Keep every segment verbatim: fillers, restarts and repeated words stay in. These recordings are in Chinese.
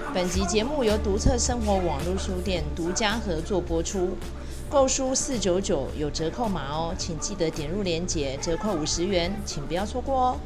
本集节目由独特生活网络书店独家合作播出，购书四九九有折扣码哦，请记得点入链接，折扣五十元，请不要错过哦。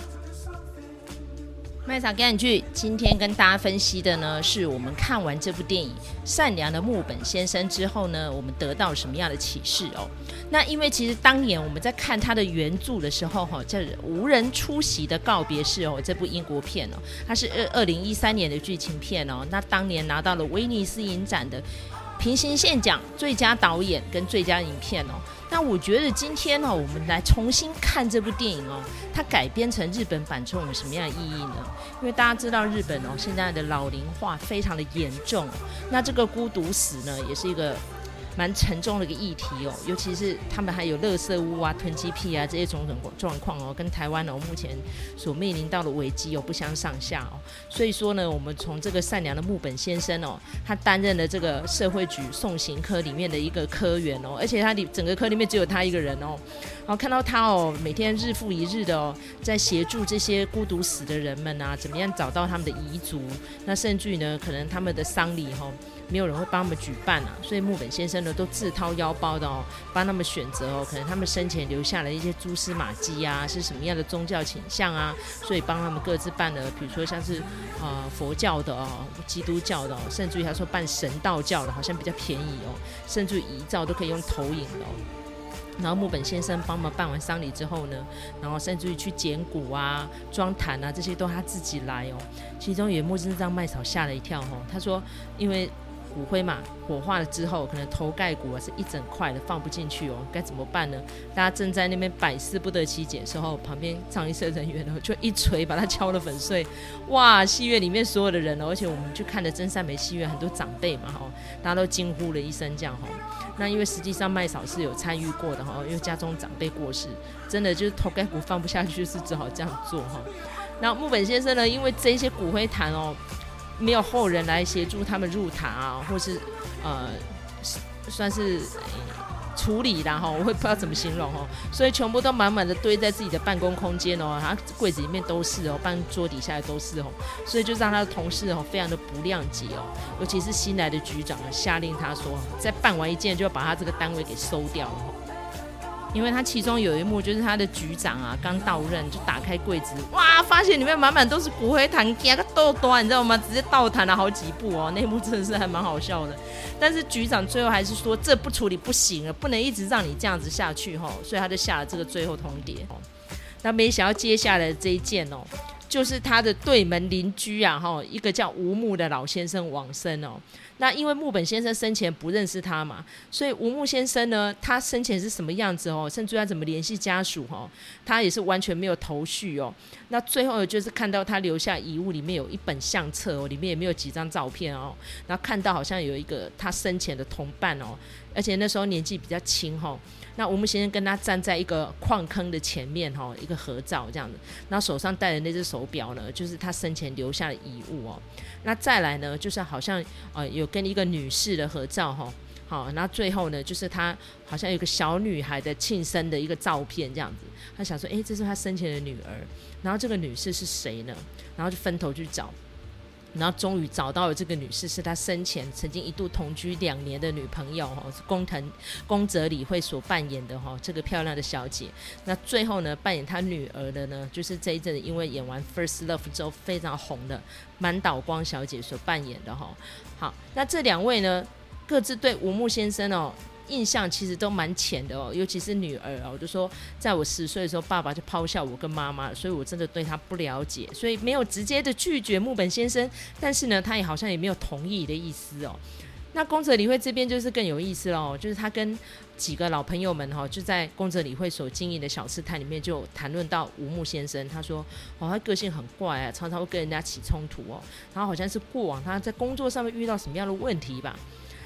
麦嫂给你剧，今天跟大家分析的呢，是我们看完这部电影《善良的木本先生》之后呢，我们得到什么样的启示哦？那因为其实当年我们在看他的原著的时候，哈，叫《无人出席的告别式》哦，这部英国片哦，它是二零一三年的剧情片哦，那当年拿到了威尼斯影展的平行线奖最佳导演跟最佳影片哦。那我觉得今天哦，我们来重新看这部电影哦，它改编成日本版之后有什么样的意义呢？因为大家知道日本哦，现在的老龄化非常的严重，那这个孤独死呢，也是一个蛮沉重的一个议题哦，尤其是他们还有垃圾屋啊、囤积癖啊这些种种状况哦，跟台湾哦目前所面临到的危机哦不相上下哦。所以说呢，我们从这个善良的木本先生哦，他担任了这个社会局送行科里面的一个科员哦，而且他里整个科里面只有他一个人哦。然后看到他哦，每天日复一日的哦，在协助这些孤独死的人们啊，怎么样找到他们的遗族，那甚至于呢，可能他们的丧礼哦。没有人会帮他们举办啊，所以木本先生呢都自掏腰包的哦，帮他们选择哦，可能他们生前留下了一些蛛丝马迹啊，是什么样的宗教倾向啊，所以帮他们各自办了，比如说像是呃佛教的哦、基督教的哦，甚至于他说办神道教的，好像比较便宜哦，甚至于遗照都可以用投影的哦。然后木本先生帮忙办完丧礼之后呢，然后甚至于去捡骨啊、装坛啊，这些都他自己来哦。其中有一幕真是让麦嫂吓了一跳哦，他说因为骨灰嘛，火化了之后，可能头盖骨啊是一整块的，放不进去哦，该怎么办呢？大家正在那边百思不得其解的时候，旁边葬仪社人员呢就一锤把它敲了粉碎。哇！戏院里面所有的人哦，而且我们去看的真善美戏院很多长辈嘛，哈，大家都惊呼了一声这样哈。那因为实际上麦嫂是有参与过的哈，因为家中长辈过世，真的就是头盖骨放不下去，是只好这样做哈。然后木本先生呢，因为这些骨灰坛哦。没有后人来协助他们入塔啊，或是呃算是、呃、处理啦哈，我会不知道怎么形容哦，所以全部都满满的堆在自己的办公空间哦，他柜子里面都是哦，办桌底下都是哦，所以就让他的同事哦非常的不谅解哦，尤其是新来的局长下令他说，再办完一件就要把他这个单位给收掉了。因为他其中有一幕就是他的局长啊刚到任就打开柜子，哇，发现里面满满都是骨灰坛，加个豆豆，你知道吗？直接倒弹了好几步哦，那一幕真的是还蛮好笑的。但是局长最后还是说这不处理不行了，不能一直让你这样子下去哦，所以他就下了这个最后通牒哦。那没想到接下来的这一件哦，就是他的对门邻居啊，一个叫吴木的老先生往生哦。那因为木本先生生前不认识他嘛，所以吴木先生呢，他生前是什么样子哦，甚至他怎么联系家属哦，他也是完全没有头绪哦。那最后就是看到他留下遗物，里面有一本相册哦，里面也没有几张照片哦。然后看到好像有一个他生前的同伴哦，而且那时候年纪比较轻哦。那吴木先生跟他站在一个矿坑的前面哈，一个合照这样子，然后手上戴的那只手表呢，就是他生前留下的遗物哦。那再来呢，就是好像呃有跟一个女士的合照哈，好，然后最后呢，就是他好像有个小女孩的庆生的一个照片这样子，他想说，哎，这是他生前的女儿，然后这个女士是谁呢？然后就分头去找。然后终于找到了这个女士，是他生前曾经一度同居两年的女朋友哦，是宫藤宫泽理惠所扮演的哈，这个漂亮的小姐。那最后呢，扮演她女儿的呢，就是这一阵子因为演完《First Love》之后非常红的满岛光小姐所扮演的哈。好，那这两位呢，各自对吴木先生哦。印象其实都蛮浅的哦，尤其是女儿哦，我就说，在我十岁的时候，爸爸就抛下我跟妈妈，所以我真的对他不了解，所以没有直接的拒绝木本先生，但是呢，他也好像也没有同意的意思哦。那宫泽理惠这边就是更有意思咯，就是他跟几个老朋友们哈，就在宫泽理惠所经营的小吃摊里面就谈论到吴木先生，他说哦，他个性很怪啊，常常会跟人家起冲突哦，然后好像是过往他在工作上面遇到什么样的问题吧。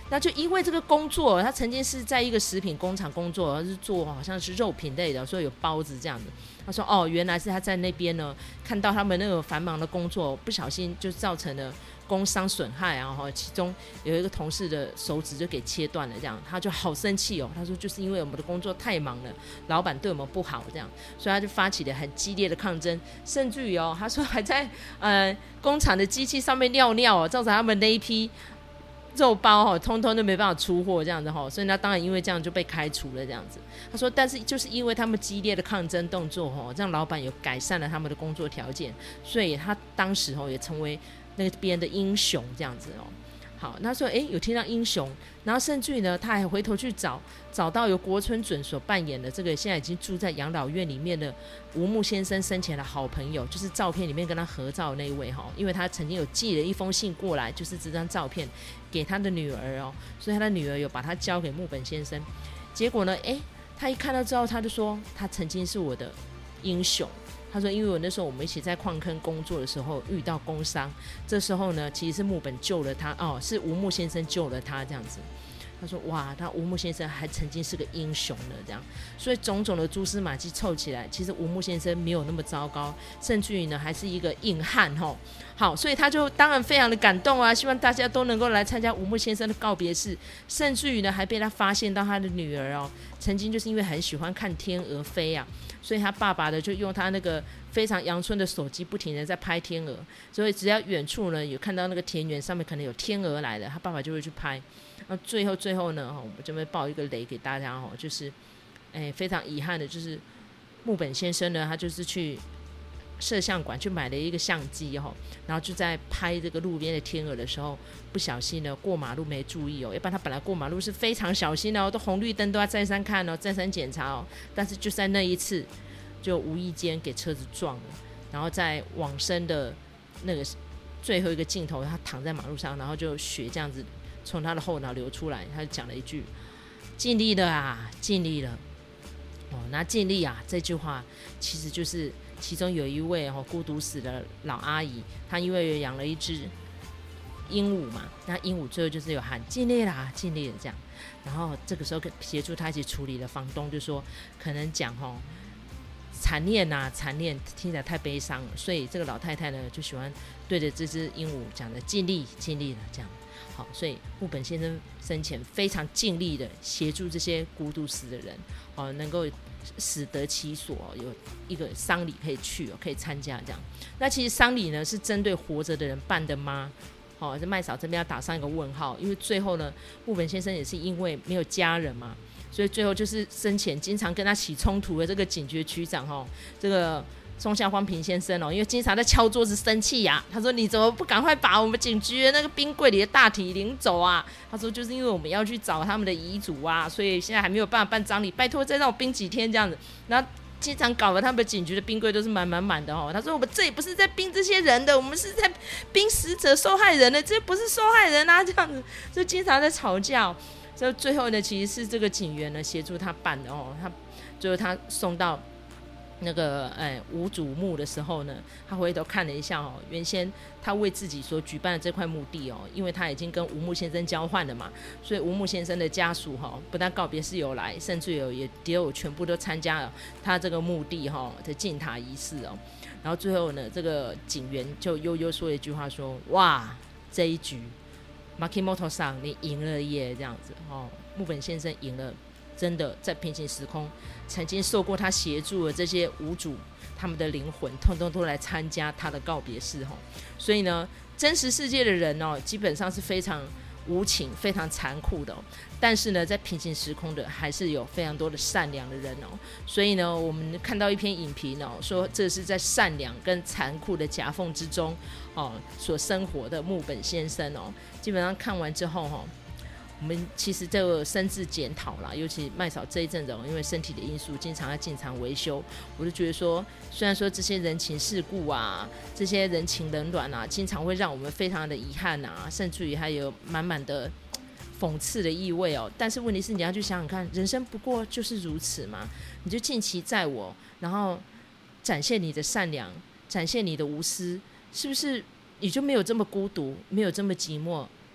那就因为这个工作，他曾经是在一个食品工厂工作，是做好像是肉品类的，所以有包子这样子。他说哦，原来是他在那边呢，看到他们那个繁忙的工作，不小心就造成了工伤损害啊，其中有一个同事的手指就给切断了，这样他就好生气哦。他说就是因为我们的工作太忙了，老板对我们不好这样，所以他就发起了很激烈的抗争，甚至于哦，他说还在呃工厂的机器上面尿尿哦，造成他们那一批肉包哈，通通都没办法出货这样子哈，所以他当然因为这样就被开除了这样子。他说，但是就是因为他们激烈的抗争动作哈，让老板有改善了他们的工作条件，所以他当时哈也成为那边的英雄这样子哦。好，他说哎，有听到英雄，然后甚至于呢，他还回头去找找到由国村准所扮演的这个现在已经住在养老院里面的吴木先生生前的好朋友，就是照片里面跟他合照的那一位哈，因为他曾经有寄了一封信过来，就是这张照片给他的女儿哦，所以他的女儿有把他交给木本先生。结果呢，哎，他一看到之后，他就说他曾经是我的英雄。他说因为我那时候我们一起在矿坑工作的时候遇到工伤，这时候呢其实是木本救了他，哦，是吴木先生救了他这样子。他说哇，他吴木先生还曾经是个英雄呢这样。所以种种的蛛丝马迹凑起来，其实吴木先生没有那么糟糕，甚至于呢还是一个硬汉齁。好，所以他就当然非常的感动啊，希望大家都能够来参加吴木先生的告别式，甚至于呢还被他发现到他的女儿哦，曾经就是因为很喜欢看天鹅飞啊，所以他爸爸的就用他那个非常阳春的手机不停的在拍天鹅，所以只要远处呢有看到那个田园上面可能有天鹅来了，他爸爸就会去拍。那最后最后呢，我们就会爆一个雷给大家，就是哎非常遗憾的就是木本先生呢，他就是去摄像馆去买了一个相机，然后就在拍这个路边的天鹅的时候，不小心呢过马路没注意哦，要不然他本来过马路是非常小心的哦，都红绿灯都要再三看哦，再三检查哦，但是就在那一次就无意间给车子撞了，然后在往生的那个最后一个镜头，他躺在马路上，然后就血这样子从他的后脑流出来，他就讲了一句尽力了啊，尽力了哦。那尽力啊这句话其实就是其中有一位、哦、孤独死的老阿姨，她因为养了一只鹦鹉嘛，那鹦鹉最后就是有喊尽力啦尽力了这样，然后这个时候协助她一起处理的房东就说可能讲哦残念啊残念听起来太悲伤了，所以这个老太太呢就喜欢对着这只鹦鹉讲的尽力尽力了这样。好，所以木本先生生前非常尽力的协助这些孤独死的人、哦、能够死得其所，有一个丧礼可以去、哦、可以参加这样。那其实丧礼呢是针对活着的人办的吗？哦，这麦嫂这边要打上一个问号，因为最后呢木本先生也是因为没有家人嘛，所以最后就是生前经常跟他起冲突的这个警局区长、哦、这个松下荒平先生哦，因为经常在敲桌子生气呀、啊，他说你怎么不赶快把我们警局的那个冰柜里的大体领走啊？他说就是因为我们要去找他们的遗嘱啊，所以现在还没有办法办葬礼，拜托再让我冰几天这样子。然后经常搞得他们的警局的冰柜都是满满满的哦。他说我们这里不是在冰这些人的，我们是在冰死者受害人的，这不是受害人啊这样子，就经常在吵架、哦。所以最后呢，其实是这个警员呢协助他办的哦，他最后他送到那个哎无主墓的时候呢，他回头看了一下哦，原先他为自己所举办的这块墓地哦，因为他已经跟吴木先生交换了嘛，所以吴木先生的家属哈、哦，不但告别式有来，甚至有也也有全部都参加了他这个墓地哈、哦、的进塔仪式哦。然后最后呢，这个警员就悠悠说了一句话说：哇，这一局 Makimoto 上你赢了耶，这样子哦，木本先生赢了。真的在平行时空曾经受过他协助的这些无主，他们的灵魂通通都来参加他的告别式。所以呢真实世界的人、哦、基本上是非常无情非常残酷的、哦、但是呢在平行时空的还是有非常多的善良的人哦。所以呢我们看到一篇影评、哦、说这是在善良跟残酷的夹缝之中、哦、所生活的木本先生哦。基本上看完之后、哦我们其实就有深自检讨啦，尤其麦嫂这一阵子因为身体的因素经常要进厂维修，我就觉得说虽然说这些人情世故啊这些人情冷暖啊经常会让我们非常的遗憾啊，甚至于还有满满的讽刺的意味哦。但是问题是你要去想想看，人生不过就是如此嘛，你就尽其在我，然后展现你的善良，展现你的无私，是不是你就没有这么孤独，没有这么寂寞，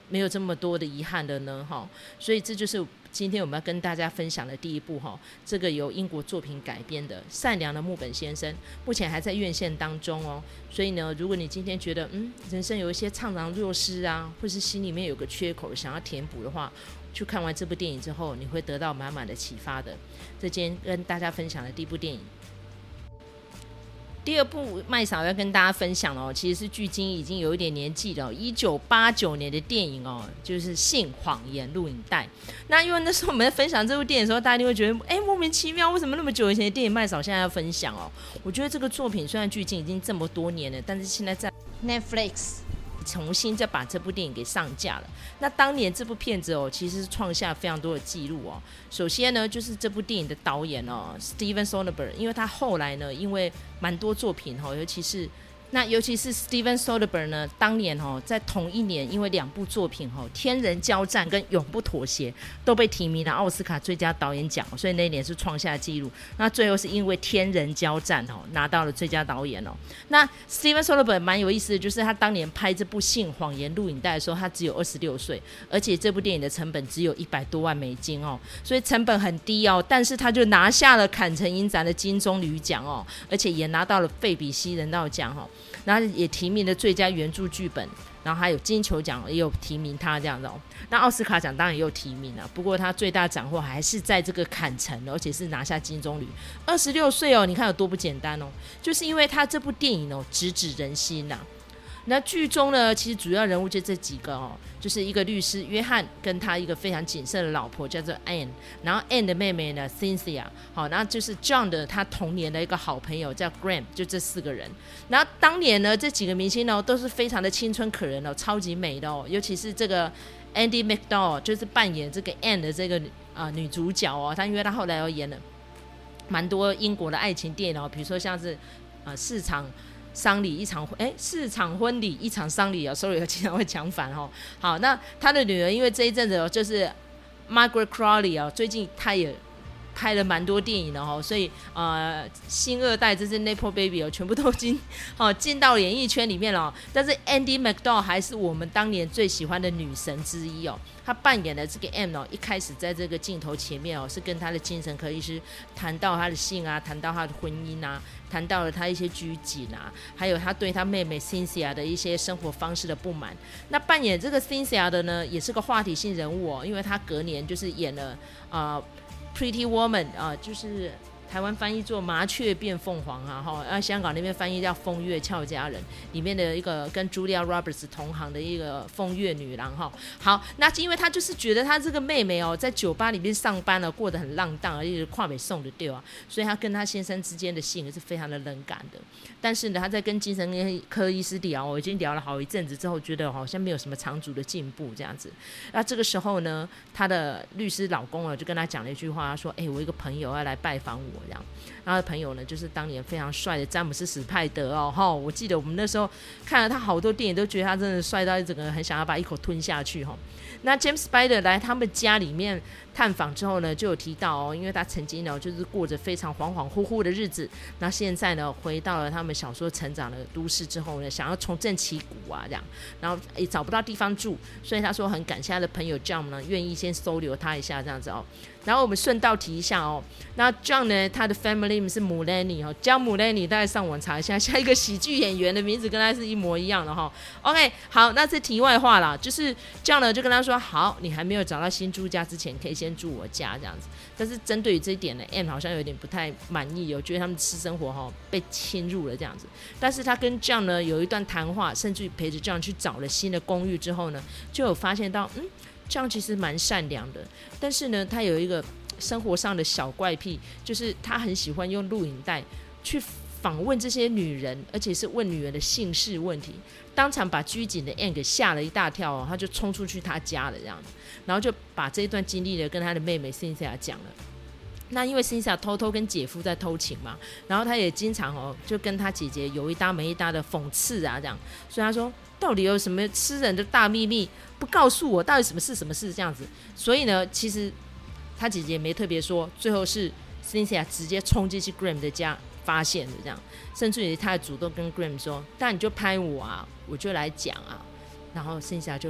没有这么多的遗憾的呢？所以这就是今天我们要跟大家分享的第一部，这个由英国作品改编的《善良的木本先生》，目前还在院线当中哦。所以呢，如果你今天觉得嗯人生有一些怅然若失啊，或是心里面有个缺口想要填补的话，去看完这部电影之后，你会得到满满的启发的。这今天跟大家分享的第一部电影。第二部麦嫂要跟大家分享哦，其实是距今已经有一点年纪了，一九八九年的电影哦，就是《性谎言》录影带。那因为那时候我们在分享这部电影的时候，大家一定会觉得，哎，莫名其妙，为什么那么久以前的电影麦嫂现在要分享哦？我觉得这个作品虽然距今已经这么多年了，但是现在在 Netflix。重新再把这部电影给上架了。那当年这部片子哦，其实是创下非常多的记录哦。首先呢，就是这部电影的导演哦 ，Steven Soderbergh， 因为他后来呢，因为蛮多作品哦，尤其是那尤其是 Steven Soderbergh 呢，当年哦，在同一年，因为两部作品哦，《天人交战》跟《永不妥协》都被提名了奥斯卡最佳导演奖，所以那一年是创下纪录。那最后是因为《天人交战》哦，拿到了最佳导演哦。那 Steven Soderbergh 蛮有意思的，就是他当年拍这部《性谎言》录影带的时候，他只有二十六岁，而且这部电影的成本只有一百多万美金哦，所以成本很低哦。但是他就拿下了坎城影展的金棕榈奖哦，而且也拿到了费比西人道奖哦。然后也提名了最佳原著剧本，然后还有金球奖也有提名他这样子哦。那奥斯卡奖当然也有提名啊，不过他最大斩获还是在这个坎城，而且是拿下金棕榈。二十六岁哦，你看有多不简单哦，就是因为他这部电影哦直指人心呐、啊。那剧中呢，其实主要人物就这几个哦，就是一个律师约翰跟他一个非常谨慎的老婆叫做 Anne， 然后 Anne 的妹妹呢 Cynthia， 好，然后就是 John 的他童年的一个好朋友叫 Graham， 就这四个人。然后当年呢，这几个明星呢都是非常的青春可人哦，超级美的哦，尤其是这个 Andy McDowell， 就是扮演这个 Anne 的这个、呃、女主角哦，他因为他后来又演了蛮多英国的爱情电影哦，比如说像是呃市场。丧礼一场，哎，四场婚礼一场丧礼哦 ，sorry， 我经常会讲反哦。好，那他的女儿因为这一阵子哦，就是 Margaret Crowley 哦，最近他也拍了蛮多电影的哦，所以呃，新二代这是 Nepo Baby 哦，全部都进哦进到演艺圈里面了、哦。但是 Andy McDowell 还是我们当年最喜欢的女神之一哦。他扮演的这个 M 哦，一开始在这个镜头前面哦，是跟他的精神科医师谈到他的性啊，谈到他的婚姻啊，谈到了他一些拘谨啊，还有他对他妹妹 Cynthia 的一些生活方式的不满。那扮演这个 Cynthia 的呢，也是个话题性人物哦，因为他隔年就是演了呃 Pretty Woman 啊、呃，就是台湾翻译做麻雀变凤凰啊，哈，啊香港那边翻译叫风月俏佳人，里面的一个跟 Julia Roberts 同行的一个风月女郎哈。好，那因为他就是觉得他这个妹妹哦，在酒吧里面上班了，过得很浪荡，而且跨美送的对啊，所以他跟他先生之间的性是非常的冷感的。但是呢，他在跟精神科医师聊，我已经聊了好一阵子之后，觉得好像没有什么长足的进步这样子。那这个时候呢，他的律师老公就跟他讲了一句话，他说：“哎、欸，我一个朋友要来拜访我。”这样，然后朋友呢，就是当年非常帅的詹姆斯史派德哦，哈，我记得我们那时候看了他好多电影，都觉得他真的帅到一整个很想要把一口吞下去哈。那 James Spader 来他们家里面探访之后呢，就有提到哦，因为他曾经呢就是过着非常恍恍惚惚的日子，那现在呢回到了他们小时候成长的都市之后呢，想要重振旗鼓啊这样，然后也找不到地方住，所以他说很感谢他的朋友 John 呢愿意先收留他一下这样子哦。然后我们顺道提一下哦，那 John 呢，他的 family name 是 Mulaney 哦，叫 Mulaney， 大家上网查一下，下一个喜剧演员的名字跟他是一模一样的哈、哦。OK， 好，那这题外话啦，就是 John 呢就跟他说，好，你还没有找到新住家之前，可以先住我家这样子。但是针对于这一点呢 ，M 好像有点不太满意，我觉得他们私生活哈、哦、被侵入了这样子。但是他跟 John 呢有一段谈话，甚至于陪着 John 去找了新的公寓之后呢，就有发现到，嗯。这样其实蛮善良的，但是呢，他有一个生活上的小怪癖，就是他很喜欢用录影带去访问这些女人，而且是问女人的姓氏问题，当场把拘谨的 Anne 给吓了一大跳哦，他就冲出去他家了这样子，然后就把这一段经历呢跟他的妹妹 Cynthia 讲了。那因为 Cynthia 偷偷跟姐夫在偷情嘛，然后他也经常哦就跟他姐姐有一搭没一搭的讽刺啊这样，所以他说到底有什么吃人的大秘密不告诉我，到底什么事什么事这样子。所以呢，其实他姐姐没特别说，最后是 Cynthia 直接冲进去 Graham 的家发现的这样，甚至于他还主动跟 Graham 说，那你就拍我啊，我就来讲啊。然后 Cynthia 就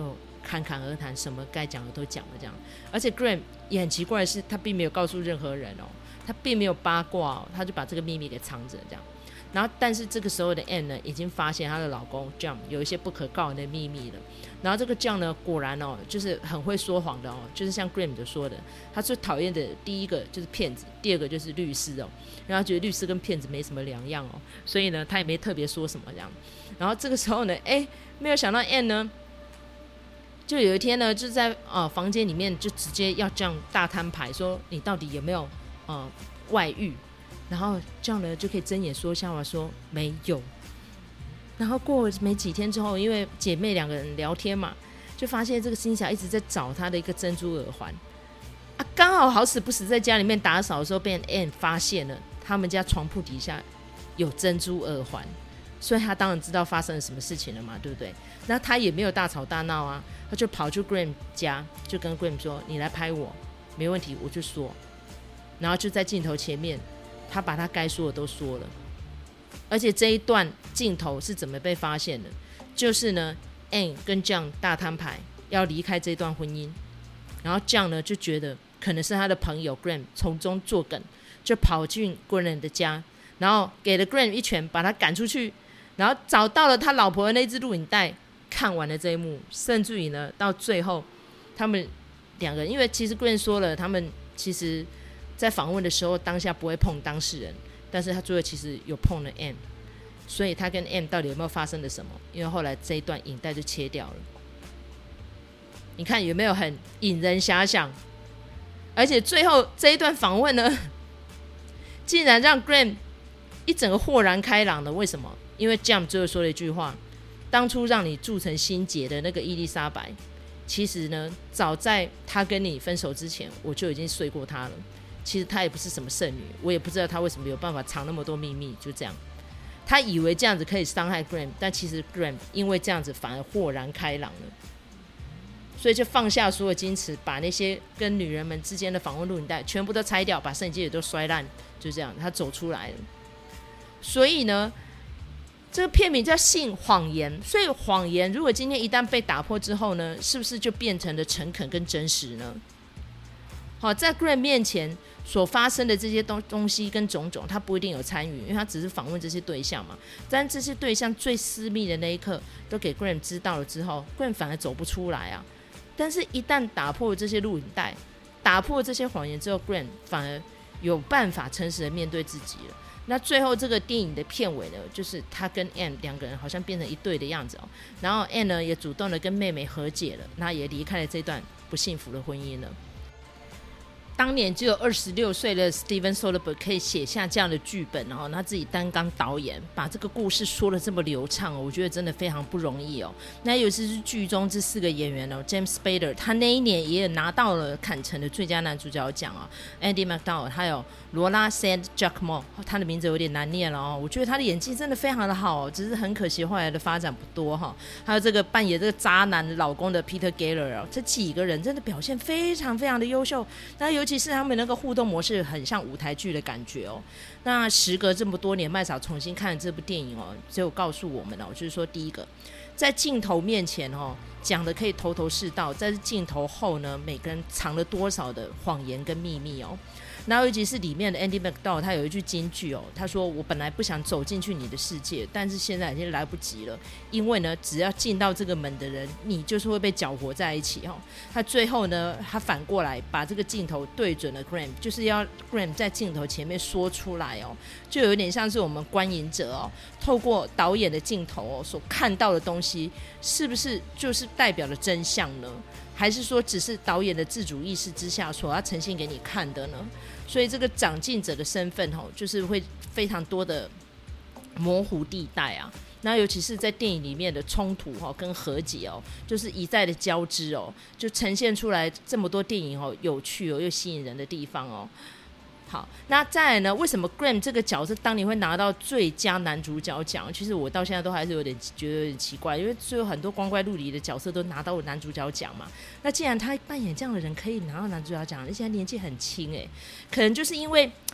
侃侃而谈，什么该讲的都讲了这样。而且 Graham 也很奇怪的是，他并没有告诉任何人哦，他并没有八卦哦，他就把这个秘密给藏着这样。然后，但是这个时候的 Anne 呢，已经发现她的老公 John 有一些不可告人的秘密了。然后这个 John 呢，果然哦，就是很会说谎的哦，就是像 Graham 就说的，他最讨厌的第一个就是骗子，第二个就是律师哦。然后觉得律师跟骗子没什么两样哦，所以呢，他也没特别说什么这样。然后这个时候呢，哎，没有想到 Anne 呢，就有一天呢，就在呃房间里面就直接要这样大摊牌，说你到底有没有呃外遇？然后这样呢就可以睁眼说瞎话，说没有。然后过没几天之后，因为姐妹两个人聊天嘛，就发现这个辛霞一直在找她的一个珍珠耳环啊，刚好好死不死在家里面打扫的时候被 Anne 发现了他们家床铺底下有珍珠耳环，所以他当然知道发生了什么事情了嘛，对不对？那他也没有大吵大闹啊，他就跑去 Graham 家，就跟 Graham 说你来拍我没问题，我就说。然后就在镜头前面他把他该说的都说了。而且这一段镜头是怎么被发现的？就是呢 Anne 跟 John 大摊牌要离开这段婚姻，然后 John 呢就觉得可能是他的朋友 Graham 从中作梗，就跑进 Graham 的家，然后给了 Graham 一拳把他赶出去，然后找到了他老婆的那支录影带，看完了这一幕，甚至于呢到最后他们两个人，因为其实 Graham 说了他们其实在访问的时候当下不会碰当事人，但是他最后其实有碰了 M， 所以他跟 M 到底有没有发生了什么？因为后来这一段影带就切掉了。你看有没有很引人遐想？而且最后这一段访问呢，竟然让 Graham 一整个豁然开朗了。为什么？因为 Jam 最后说了一句话：当初让你铸成心结的那个伊丽莎白，其实呢，早在他跟你分手之前，我就已经睡过他了。其实她也不是什么圣女，我也不知道她为什么有办法藏那么多秘密。就这样，她以为这样子可以伤害 Graham， 但其实 Graham 因为这样子反而豁然开朗了，所以就放下所有矜持，把那些跟女人们之间的访问录影带全部都拆掉，把摄影机也都摔烂，就这样，他走出来了。所以呢，这个片名叫性谎言，所以谎言如果今天一旦被打破之后呢，是不是就变成了诚恳跟真实呢？好，在 Graham 面前所发生的这些 东, 东西跟种种，他不一定有参与，因为他只是访问这些对象嘛。但这些对象最私密的那一刻都给 Graham 知道了之后， Graham 反而走不出来啊。但是一旦打破这些录影带，打破这些谎言之后， Graham 反而有办法诚实的面对自己了。那最后这个电影的片尾呢，就是他跟 Anne 两个人好像变成一对的样子哦。然后 Anne 呢也主动的跟妹妹和解了，那也离开了这段不幸福的婚姻了。当年只有二十六岁的 Steven Soderbergh 可以写下这样的剧本，然后他自己担纲导演，把这个故事说得这么流畅哦，我觉得真的非常不容易哦。那尤其是剧中这四个演员哦 ，James Spader 他那一年也拿到了坎城的最佳男主角奖哦 ，Andy McDowell 还有罗拉 Saint Giacomo， 他的名字有点难念了哦，我觉得他的演技真的非常的好哦，只是很可惜后来的发展不多哈、哦。还有这个扮演这个渣男老公的 Peter Geller 哦，这几个人真的表现非常非常的优秀，那尤其是他们那个互动模式很像舞台剧的感觉哦。那时隔这么多年，麦嫂重新看了这部电影哦，只有告诉我们哦，就是说第一个，在镜头面前哦讲的可以头头是道，在镜头后呢，每个人藏了多少的谎言跟秘密哦。然后尤其是里面的 Andy McDowell 他有一句金句哦，他说我本来不想走进去你的世界，但是现在已经来不及了，因为呢只要进到这个门的人，你就是会被搅和在一起哦。他最后呢他反过来把这个镜头对准了 Graham， 就是要 Graham 在镜头前面说出来哦，就有点像是我们观影者哦，透过导演的镜头哦所看到的东西，是不是就是代表了真相呢？还是说只是导演的自主意识之下所要呈现给你看的呢？所以这个掌镜者的身份哦，就是会非常多的模糊地带啊。那尤其是在电影里面的冲突哦跟和解哦，就是一再的交织哦，就呈现出来这么多电影哦有趣哦又吸引人的地方哦。好，那再来呢？为什么 Graham 这个角色当年会拿到最佳男主角奖？其实我到现在都还是有点觉得有点奇怪，因为最后很多光怪陆离的角色都拿到男主角奖嘛。那既然他扮演这样的人可以拿到男主角奖，而且他年纪很轻哎，可能就是因为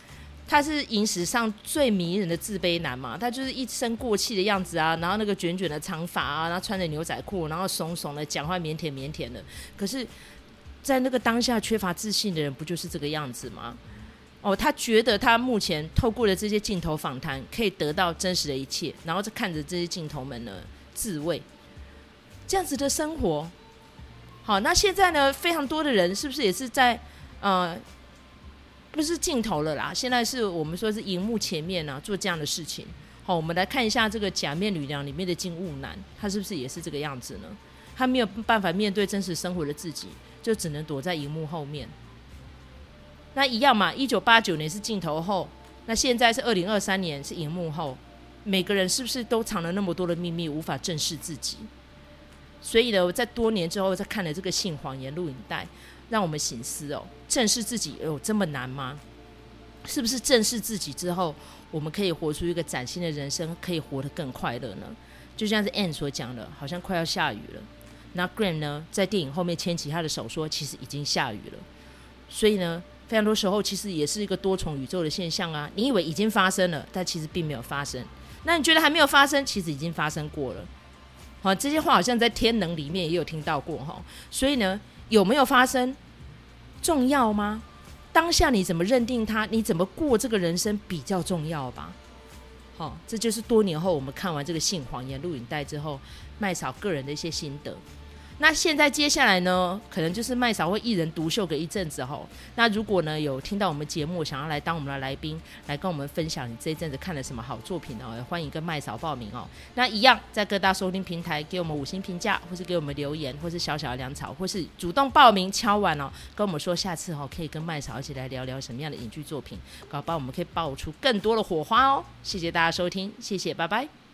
他是影史上最迷人的自卑男嘛，他就是一身过气的样子啊，然后那个卷卷的长发啊，然后穿着牛仔裤，然后怂怂的讲话腼腆腼腆的，可是在那个当下缺乏自信的人不就是这个样子吗？哦，他觉得他目前透过了这些镜头访谈可以得到真实的一切，然后再看着这些镜头们呢自慰，这样子的生活。好，那现在呢非常多的人是不是也是在呃不是镜头了啦，现在是我们说是荧幕前面啊做这样的事情。好，我们来看一下这个假面女郎里面的金雾男，他是不是也是这个样子呢？他没有办法面对真实生活的自己，就只能躲在荧幕后面。那一样嘛，一九八九年是镜头后，那现在是二零二三年是荧幕后，每个人是不是都藏了那么多的秘密，无法正视自己？所以呢，我在多年之后再看了这个性谎言录影带，让我们省思哦，正视自己有这么难吗？是不是正视自己之后，我们可以活出一个崭新的人生，可以活得更快乐呢？就像是 Anne 所讲的，好像快要下雨了。那 Graham 呢，在电影后面牵起他的手说，其实已经下雨了。所以呢，非常多时候其实也是一个多重宇宙的现象啊。你以为已经发生了，但其实并没有发生。那你觉得还没有发生，其实已经发生过了。好，这些话好像在天能里面也有听到过哈。所以呢，有没有发生重要吗？当下你怎么认定它，你怎么过这个人生比较重要吧。好，这就是多年后我们看完这个性谎言录影带之后，麦嫂个人的一些心得。那现在接下来呢，可能就是麦嫂会一人独秀个一阵子吼。那如果呢有听到我们节目，想要来当我们的来宾，来跟我们分享你这一阵子看了什么好作品哦，欢迎跟麦嫂报名哦。那一样在各大收听平台给我们五星评价，或是给我们留言，或是小小的粮草，或是主动报名敲碗哦，跟我们说下次哦可以跟麦嫂一起来聊聊什么样的影剧作品，搞不好我们可以爆出更多的火花哦。谢谢大家收听，谢谢，拜拜。